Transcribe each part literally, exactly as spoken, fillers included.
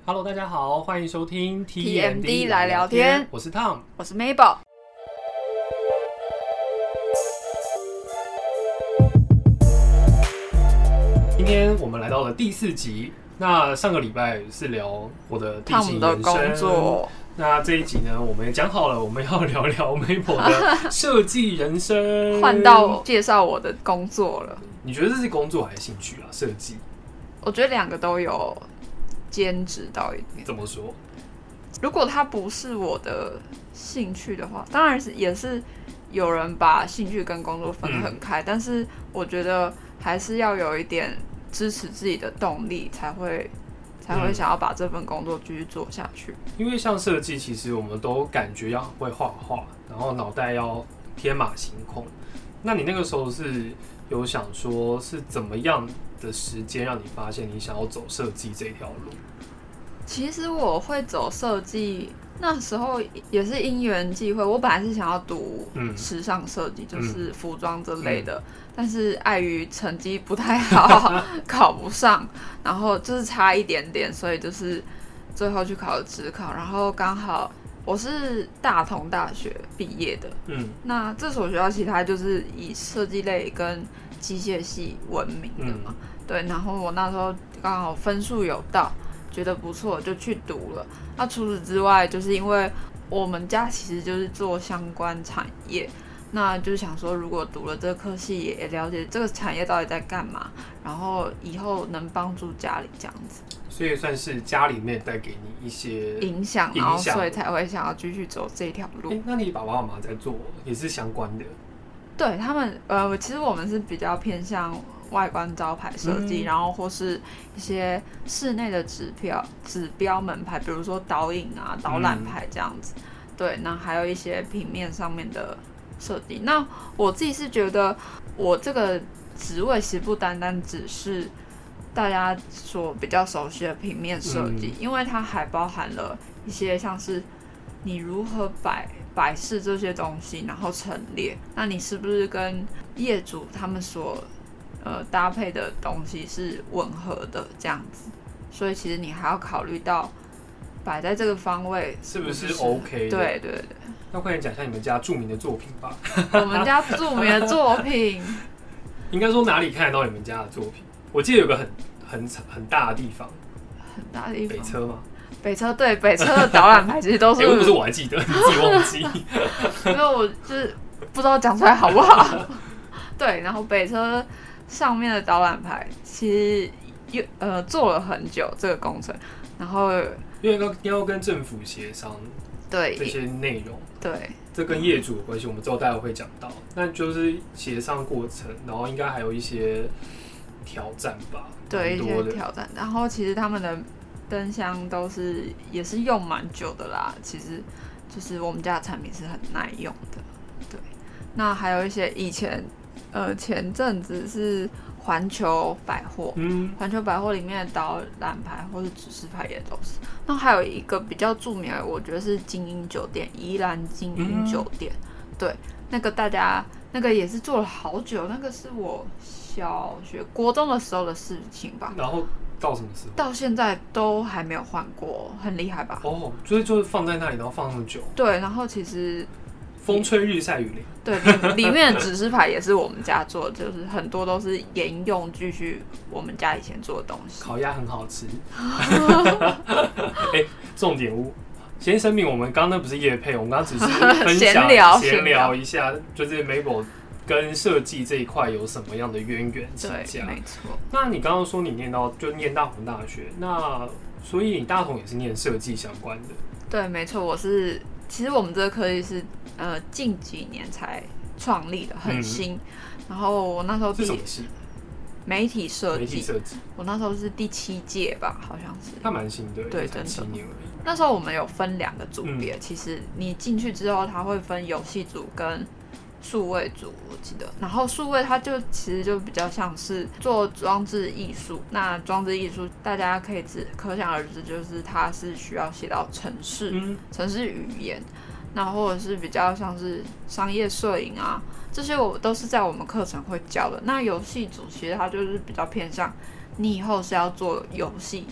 Hello， 大家好，欢迎收听 T M D 来聊天， 我是 Tom， 我是 Mabel。 今天我们来到了第四集。那上个礼拜是聊我的地勤人生， 工作。 那这一集呢，我们也讲好了，我们要聊聊 Mabel 的设计人生。 换到介绍我的工作了。 你觉得这是工作还是兴趣啊？设计？ 我觉得两个都有。兼职到一点， 怎么说？ 如果它不是我的兴趣的话，当然是也是有人把兴趣跟工作分得很开，嗯、但是我觉得还是要有一点支持自己的动力，才会才会想要把这份工作继续做下去。 嗯、因为像设计，其实我们都感觉要会画画，然后脑袋要天马行空。那你那个时候是有想说是怎么样的时间让你发现你想要走设计这条路？ 其实我会走设计，那时候也是因缘际会。我本来是想要读时尚设计，嗯、就是服装之类的，嗯、但是碍于成绩不太好，考不上，然后就是差一点点，所以就是最后去考了指考，然后刚好。我是大同大学毕业的，嗯，那这所学校其实它就是以设计类跟机械系闻名的嘛，嗯、对。然后我那时候刚好分数有到，觉得不错就去读了。那除此之外，就是因为我们家其实就是做相关产业，那就是想说，如果读了这科系，也了解这个产业到底在干嘛，然后以后能帮助家里这样子。 所以算是家里面带给你一些影响，然后所以才会想要继续走这条路。 欸、那你爸爸妈妈在做也是相关的？ 对他们，呃，其实我们是比较偏向外观招牌设计，嗯、然后或是一些室内的指标、指标门牌，比如说导引啊、导览牌这样子。嗯、对，那还有一些平面上面的设计。那我自己是觉得，我这个职位其实不单单只是。大家所比较熟悉的平面设计，嗯、因为它还包含了一些像是你如何摆摆饰这些东西，然后陈列，那你是不是跟业主他们所呃搭配的东西是吻合的这样子？所以其实你还要考虑到摆在这个方位是不是 OK 的？ 对对对。 那快点讲一下你们家著名的作品吧。 我们家著名的作品， 应该说哪里看得到你们家的作品？我记得有个很很很大的地方， 很大的地方， 北车吗？ 北车对，北车的导览牌其实都是， 欸、不是我还记得，你自己忘记， 因为我就是不知道讲出来好不好。对，然后北车上面的导览牌其实又呃做了很久这个工程，然后因为要要跟政府协商， 对这些内容， 对， 这跟业主有关系，我们之后待会会讲到，那就是协商过程，然后应该还有一些。挑战吧， 对一些挑战，然后其实他们的灯箱都是也是用蛮久的啦，其实就是我们家的产品是很耐用的，对。那还有一些以前呃前阵子是环球百货，嗯，环球百货里面的导览牌或是指示牌也都是。那还有一个比较著名的，我觉得是精英酒店，宜兰精英酒店，嗯、对，那个大家那个也是做了好久，那个是我。小学、国中的时候的事情吧， 然后到什么时候？ 到现在都还没有换过，很厉害吧？ 哦，所以就是放在那里，然后放那么久。 对，然后其实风吹日晒雨淋。 对，里面的指示牌也是我们家做的，就是很多都是沿用继续我们家以前做的东西。 烤鸭很好吃。哎、欸，重点屋。先声明，我们刚刚那不是业配，我们刚刚只是分享闲聊一下，就是 Mabel。跟设计这一块有什么样的渊源起家？ 没错。 那你刚刚说你念到就念大同大学，那所以你大同也是念设计相关的？ 对，没错。我是其实我们这个科系是呃近几年才创立的，很新。嗯、然后我那时候是什么系？ 媒体设计。 媒体设计。 我那时候是第七届吧，好像是。 它蛮新的， 对，真的。 七年而已。 那时候我们有分两个组别， 嗯、 其实你进去之后，它会分游戏组跟。数位组我记得，然后数位它就其实就比较像是做装置艺术，那装置艺术大家可以知可想而知，就是它是需要写到程式、嗯、程式语言，那或者是比较像是商业摄影啊，这些我都是在我们课程会教的。那游戏组其实它就是比较偏向你以后是要做游戏，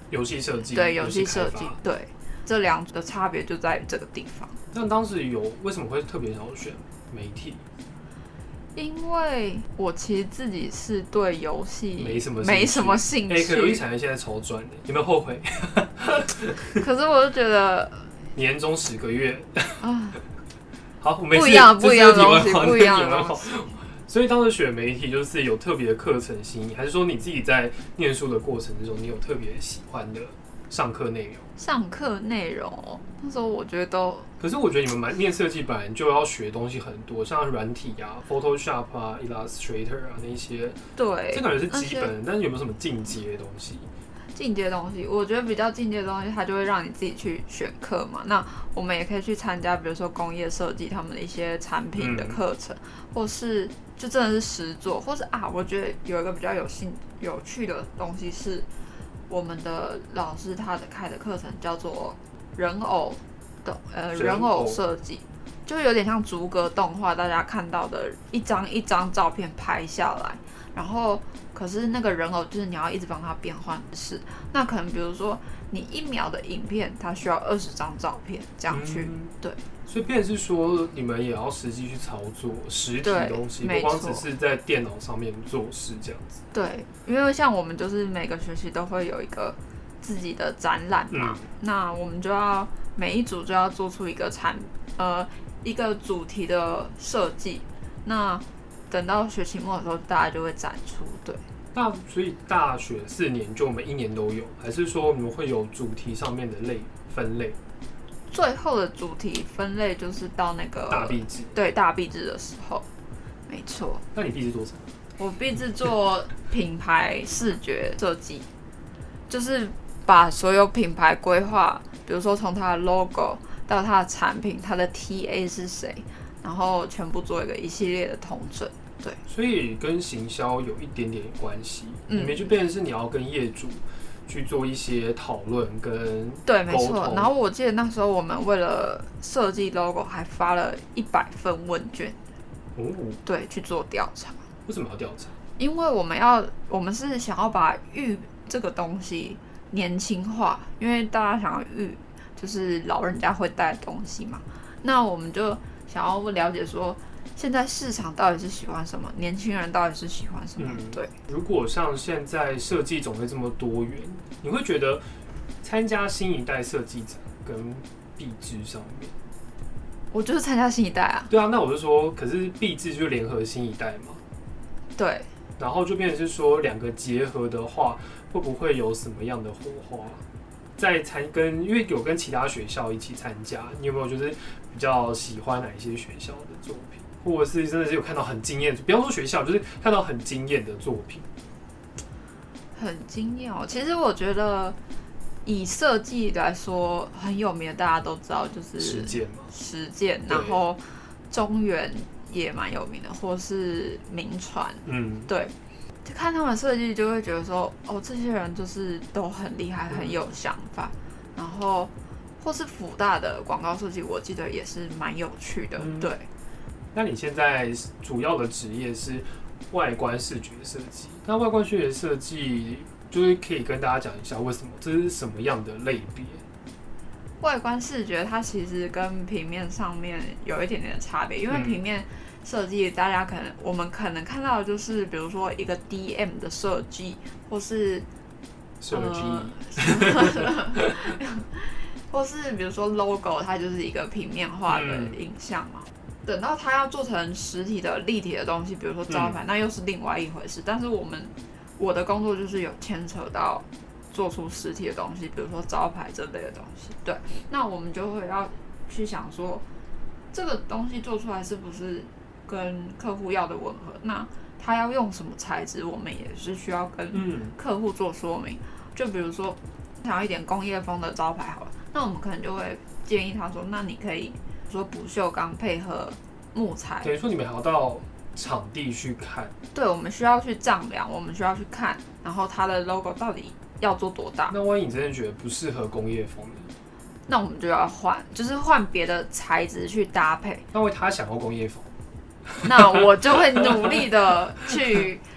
游戏设计， 对游戏设计，对这两者的差别就在这个地方。 那当时有为什么会特别想要选媒体？ 因为我其实自己是对游戏没什么没什么兴趣， 哎、欸，可游戏产业现在超赚的，有没有后悔？ 可是我就觉得年终十个月啊，好，我们不一样不一样的东西，不一样的东西。 所以当时选媒体就是有特别的课程吸引，还是说你自己在念书的过程之中，你有特别喜欢的上课内容？ 上课内容哦，那时候我觉得都…… 可是我觉得你们念设计本来就要学东西很多，像软体啊、Photoshop 啊、Illustrator 啊那些， 对， 这感觉是基本，但是有没有什么进阶的东西？ 进阶的东西，我觉得比较进阶的东西，它就会让你自己去选课嘛。那我们也可以去参加，比如说工业设计他们的一些产品的课程，嗯、或是就真的是实作，或是啊，我觉得有一个比较有兴有趣的东西是，我们的老师他的开的课程叫做人偶的呃人偶设计，就有点像逐格动画，大家看到的一张一张照片拍下来，然后。可是那个人偶就是你要一直帮他变换式，那可能比如说你一秒的影片，它需要二十张照片这样去、嗯、对， 所以变成是说你们也要实际去操作实体的东西，不光只是在电脑上面做事这样子。 对，因为像我们就是每个学期都会有一个自己的展览嘛、嗯，那我们就要每一组就要做出一个产呃一个主题的设计，那。等到学期末的时候，大家就会展出。对， 那所以大学四年就每一年都有，还是说你们会有主题上面的类分类？ 最后的主题分类就是到那个大毕制， 对大毕制的时候，没错。 那你毕制做什么？ 我毕制做品牌视觉设计，就是把所有品牌规划，比如说从它的 logo 到它的产品，它的 T A 是谁。然后全部做一个一系列的统整，对， 所以跟行销有一点点关系，嗯，里面就变成是你要跟业主去做一些讨论跟对，没错。然后我记得那时候我们为了设计 logo 还发了一百份问卷，哦，对，去做调查。 为什么要调查？ 因为我们要，我们是想要把玉这个东西年轻化，因为大家想要玉就是老人家会戴的东西嘛，那我们就。想要了解说，现在市场到底是喜欢什么，年轻人到底是喜欢什么？嗯、对。 如果像现在设计种类这么多元，你会觉得参加新一代设计展跟毕制上面， 我就是参加新一代啊。 对啊，那我就说，可是毕制就联合新一代嘛。 对。 然后就变成是说，两个结合的话，会不会有什么样的火花？在参跟，因为有跟其他学校一起参加，你有没有就是比较喜欢哪一些学校的作品，或者是真的是有看到很惊艳，不要说学校，就是看到很惊艳的作品？ 很惊艳哦！其实我觉得以设计来说，很有名的大家都知道，就是实践嘛， 实践，然后中原也蛮有名的，或是铭传，嗯，对。看他们设计就会觉得说，哦，这些人就是都很厉害，很有想法。然后，或是辅大的广告设计，我记得也是蛮有趣的。嗯、对。 那你现在主要的职业是外观视觉设计？那外观视觉设计就是可以跟大家讲一下为什么这是什么样的类别？ 外观视觉它其实跟平面上面有一点点的差别，因为平面。嗯设计，大家可能我们可能看到的就是，比如说一个 D M 的设计，或是设计， 呃、或是比如说 logo， 它就是一个平面化的影像嘛。嗯、等到它要做成实体的立体的东西，比如说招牌，嗯、那又是另外一回事。但是我们我的工作就是有牵扯到做出实体的东西，比如说招牌这类的东西。对，那我们就会要去想说，这个东西做出来是不是跟客户要的吻合，那他要用什么材质，我们也是需要跟客户做说明。嗯、就比如说想要一点工业风的招牌好了，那我们可能就会建议他说，那你可以说不锈钢配合木材。 等于说你们还要到场地去看。 对，我们需要去丈量，我们需要去看，然后它的 logo 到底要做多大。 那万一你真的觉得不适合工业风的， 那我们就要换，就是换别的材质去搭配。 那为他想要工业风。 那我就会努力的去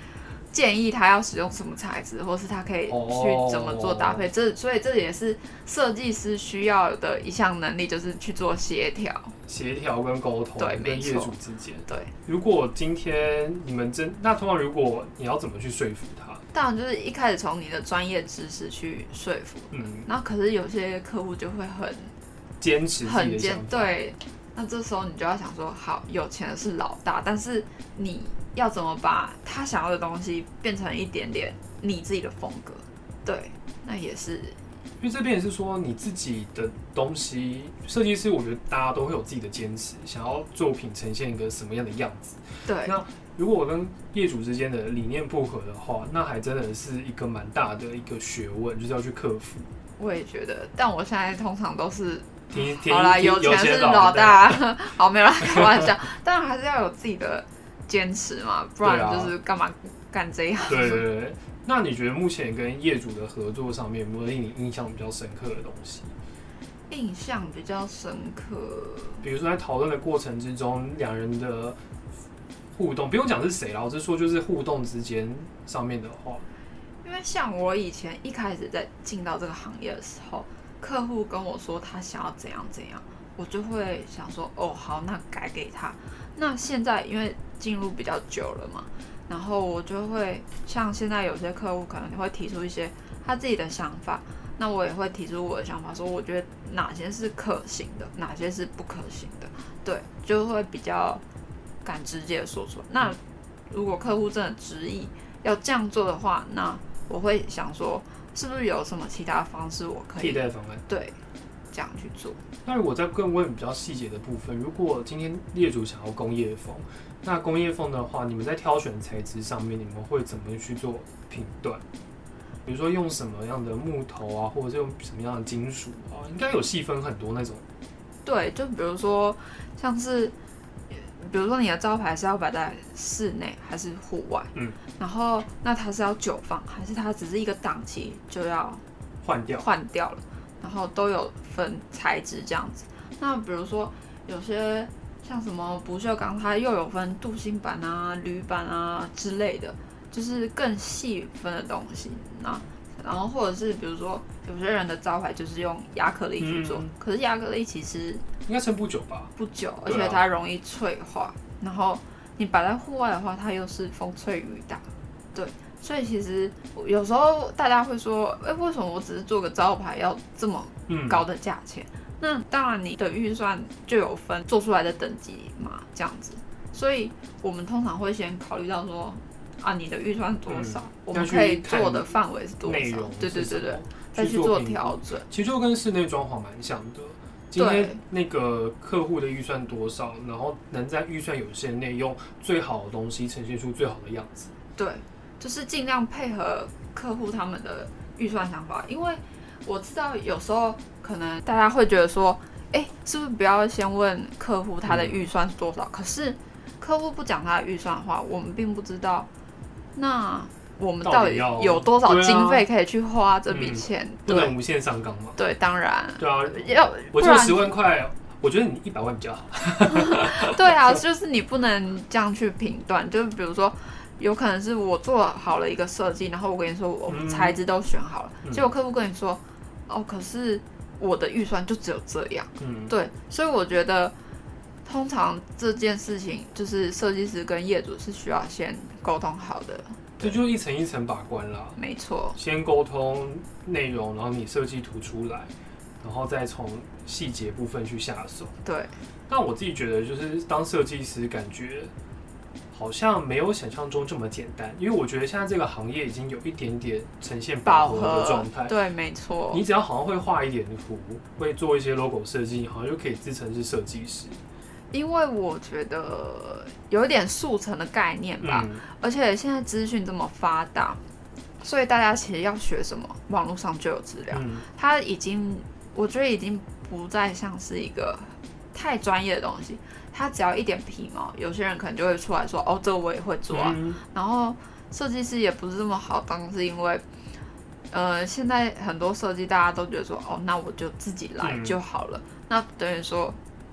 建议他要使用什么材质，或是他可以去怎么做搭配。哦、这所以这也是设计师需要的一项能力，就是去做协调、 协调跟沟通， 对， 跟业主之间。 对， 如果今天你们真那通常如果你要怎么去说服他？ 当然就是一开始从你的专业知识去说服，嗯，然后可是有些客户就会很坚持自己的想法， 对。那这时候你就要想说，好，有钱的是老大，但是你要怎么把他想要的东西变成一点点你自己的风格？对，那也是， 因为这边也是说你自己的东西，设计师我觉得大家都会有自己的坚持，想要作品呈现一个什么样的样子。 对， 那如果我跟业主之间的理念不合的话，那还真的是一个蛮大的一个学问，就是要去克服。 我也觉得，但我现在通常都是。 好啦，有钱是老大，好没有啦，开玩笑。当然还是要有自己的坚持嘛，不然就是干嘛干这一行？ 对对对。那你觉得目前跟业主的合作上面，有没有令你印象比较深刻的东西？ 印象比较深刻， 比如说在讨论的过程之中，两人的互动，不用讲是谁啦，我是说就是互动之间上面的话。 因为像我以前一开始在进到这个行业的时候。客户跟我说他想要怎样怎样，我就会想说哦好，那改给他。那现在因为进入比较久了嘛，然后我就会像现在有些客户可能会提出一些他自己的想法，那我也会提出我的想法，说我觉得哪些是可行的，哪些是不可行的，对，就会比较敢直接的说出来。那如果客户真的执意要这样做的话，那我会想说。是不是有什么其他方式我可以替代方案？ 对，这样去做。 那如果再更问比较细节的部分，如果今天业主想要工业风，那工业风的话，你们在挑选材质上面，你们会怎么去做评断？比如说用什么样的木头啊，或者是用什么样的金属啊，应该有细分很多那种。 对，就比如说像是。比如说你的招牌是要摆在室内还是户外，嗯，然后那它是要久放，还是它只是一个档期就要换掉换掉了，然后都有分材质这样子。那比如说有些像什么不锈钢，它又有分镀锌板啊、铝板啊之类的，就是更细分的东西。那然后或者是比如说有些人的招牌就是用亚克力去做，嗯、可是亚克力其实应该撑不久吧？ 不久，而且它容易脆化。然后你摆在户外的话，它又是风吹雨打，对。所以其实有时候大家会说，哎，为什么我只是做个招牌要这么高的价钱？嗯、那当然你的预算就有分做出来的等级嘛，这样子。所以我们通常会先考虑到说。啊，你的预算多少？嗯、我们可以做的范围是多少？对对对对，再去做调整。 其实就跟室内装潢蛮像的。今天那个客户的预算多少，然后能在预算有限内用最好的东西呈现出最好的样子。 对，就是尽量配合客户他们的预算想法，因为我知道有时候可能大家会觉得说，哎，是不是不要先问客户他的预算是多少？嗯、可是客户不讲他的预算的话，我们并不知道。那我们到底有多少经费可以去花这笔钱？ 嗯、不能无限上纲嘛？ 对，当然。 对啊， 要我就十万块，我觉得你一百万比较好。 对啊，就是你不能这样去评断。就比如说，有可能是我做好了一个设计，然后我跟你说我材质都选好了，嗯、结果客户跟你说，哦，可是我的预算就只有这样。嗯，对，所以我觉得。通常这件事情就是设计师跟业主是需要先沟通好的， 这就是一层一层把关啦。 没错， 先沟通内容，然后你设计图出来，然后再从细节部分去下手。 对。 但我自己觉得，就是当设计师，感觉好像没有想象中这么简单，因为我觉得现在这个行业已经有一点点呈现饱和的状态。 对，没错。 你只要好像会画一点图，会做一些 logo 设计，好像就可以自称是设计师。 因为我觉得有一点速成的概念吧，嗯、而且现在资讯这么发达，所以大家其实要学什么，网络上就有资料。嗯、它已经，我觉得已经不再像是一个太专业的东西，它只要一点皮毛，有些人可能就会出来说，哦，这个我也会做啊。嗯、然后设计师也不是这么好当，是因为，呃，现在很多设计大家都觉得说，哦，那我就自己来就好了。嗯、那等于说。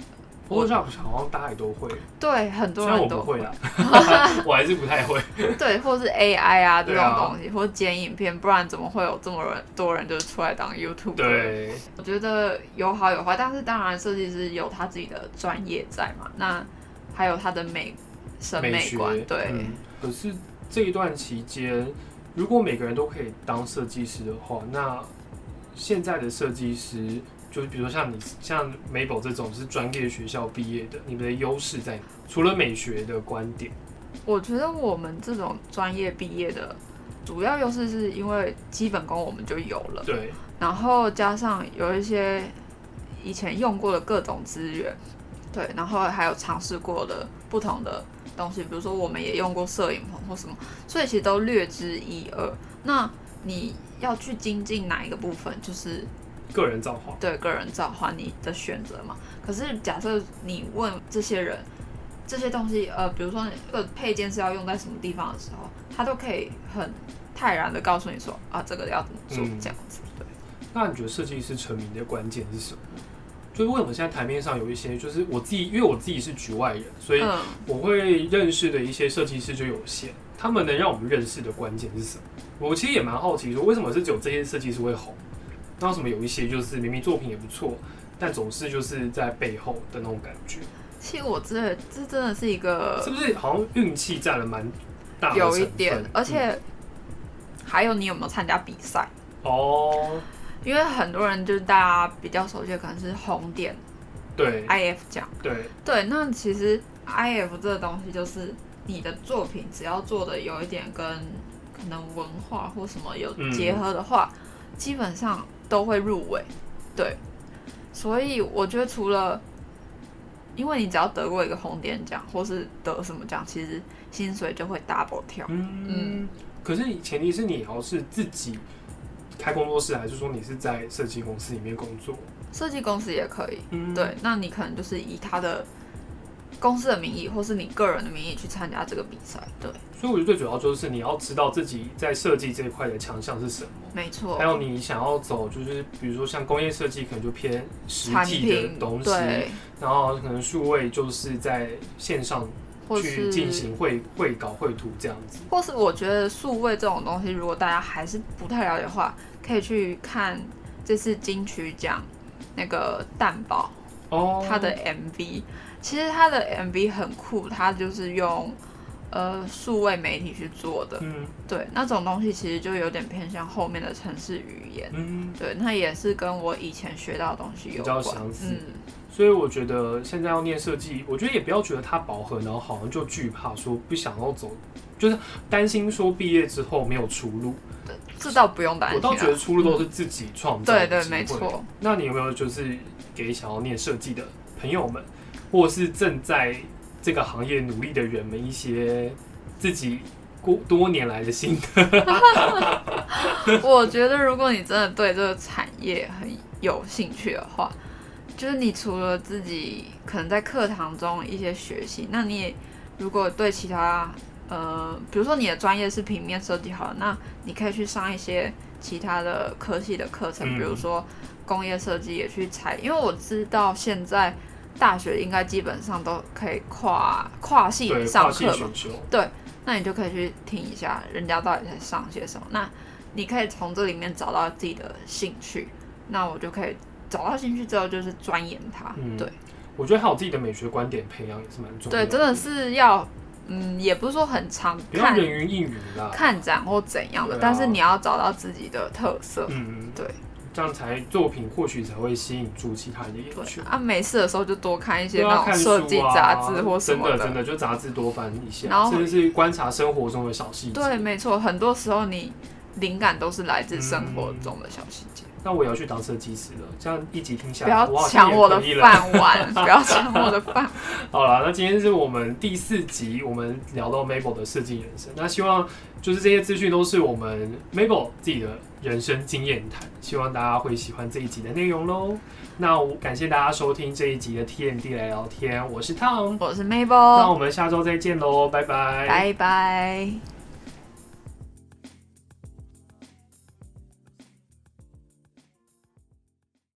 Photoshop 好像大家也都会， 对，很多人都会。虽然我不会啦，我还是不太会。 对，或是 A I 啊这种东西，啊、或者剪影片，不然怎么会有这么多人就是出来当 YouTuber？ 对， 我觉得有好有坏，但是当然设计师有他自己的专业在嘛，那还有他的美审美观，对、嗯。 可是这一段期间，如果每个人都可以当设计师的话，那现在的设计师，就是比如说像你像 Mabel 这种是专业学校毕业的，你们的优势在哪？除了美学的观点， 我觉得我们这种专业毕业的主要优势是因为基本功我们就有了， 对， 然后加上有一些以前用过的各种资源，对，然后还有尝试过的不同的东西，比如说我们也用过摄影棚或什么，所以其实都略知一二。那你要去精进哪一个部分，就是个人造化， 对，个人造化你的选择嘛。可是假设你问这些人这些东西，呃，比如说这个配件是要用在什么地方的时候，他都可以很泰然的告诉你说啊，这个要怎么做，嗯、这样子。对。 那你觉得设计师成名的关键是什么？就是为什么现在台面上有一些，就是我自己，因为我自己是局外人，所以我会认识的一些设计师就有限。他们能让我们认识的关键是什么？我其实也蛮好奇，说为什么是只有这些设计师会红？那为什么有一些就是明明作品也不错，但总是就是在背后的那种感觉？ 其实我觉得这真的是一个， 是不是好像运气占了蛮大的成分？ 有一点，而且、嗯、还有你有没有参加比赛？ 哦。 因为很多人就是大家比较熟悉的可能是红点， 对 ，I F 奖， 对对。那其实 I F 这个东西就是你的作品只要做的有一点跟可能文化或什么有结合的话，嗯、基本上都会入围。对，所以我觉得除了，因为你只要得过一个红点奖或是得什么奖，其实薪水就会 double 跳。 嗯，嗯可是前提是你要是自己开工作室，还是说你是在设计公司里面工作？ 设计公司也可以，嗯、对。那你可能就是以他的公司的名义，或是你个人的名义去参加这个比赛，对。 所以我觉得最主要就是你要知道自己在设计这一块的强项是什么， 没错。 还有你想要走，就是比如说像工业设计，可能就偏实体的东西，然后可能数位就是在线上去进行绘绘稿、绘图这样子。 或是我觉得数位这种东西，如果大家还是不太了解的话，可以去看这次金曲奖那个蛋堡哦，他的 M V， 其实他的 M V 很酷，他就是用呃数位媒体去做的，嗯，对，那种东西其实就有点偏向后面的程式语言，嗯，对，那也是跟我以前学到的东西有关， 比较相似，嗯。所以我觉得现在要念设计，我觉得也不要觉得它饱和，然后好像就惧怕说不想要走，就是担心说毕业之后没有出路。 对，这倒不用担心。 我倒觉得出路都是自己创造的机会。对对，没错。 那你有没有就是给想要念设计的朋友们，或是正在这个行业努力的人们一些自己过多年来的心得？ 我觉得如果你真的对这个产业很有兴趣的话，就是你除了自己可能在课堂中一些学习，那你也如果对其他呃，比如说你的专业是平面设计好了，那你可以去上一些其他的科系的课程，嗯、比如说工业设计也去采，因为我知道现在大学应该基本上都可以跨跨系上课嘛，对，那你就可以去听一下人家到底在上些什么，那你可以从这里面找到自己的兴趣，那我就可以。找到兴趣之后，就是钻研它。嗯、对， 我觉得还有自己的美学观点培养也是蛮重要的。 对，真的是要，嗯，也不是说很常不要人云亦云啦， 看展或怎样的，啊、但是你要找到自己的特色。嗯，对， 这样才作品或许才会吸引住其他人的眼球。 啊，没事的时候就多看一些那种设计杂志或什么的，真的真的就杂志多翻一下，甚至是观察生活中的小细节。 对，没错，很多时候你灵感都是来自生活中的小细节。嗯， 那我也要去当设计师了，这样一集听下来，不要抢我的饭碗，不要抢我的饭。 好了，那今天是我们第四集，我们聊到 Mabel 的设计人生。那希望就是这些资讯都是我们 Mabel 自己的人生经验谈，希望大家会喜欢这一集的内容喽。那我感谢大家收听这一集的 T M D 来聊天，我是 Tom， 我是 Mabel， 那我们下周再见喽，拜拜， 拜拜。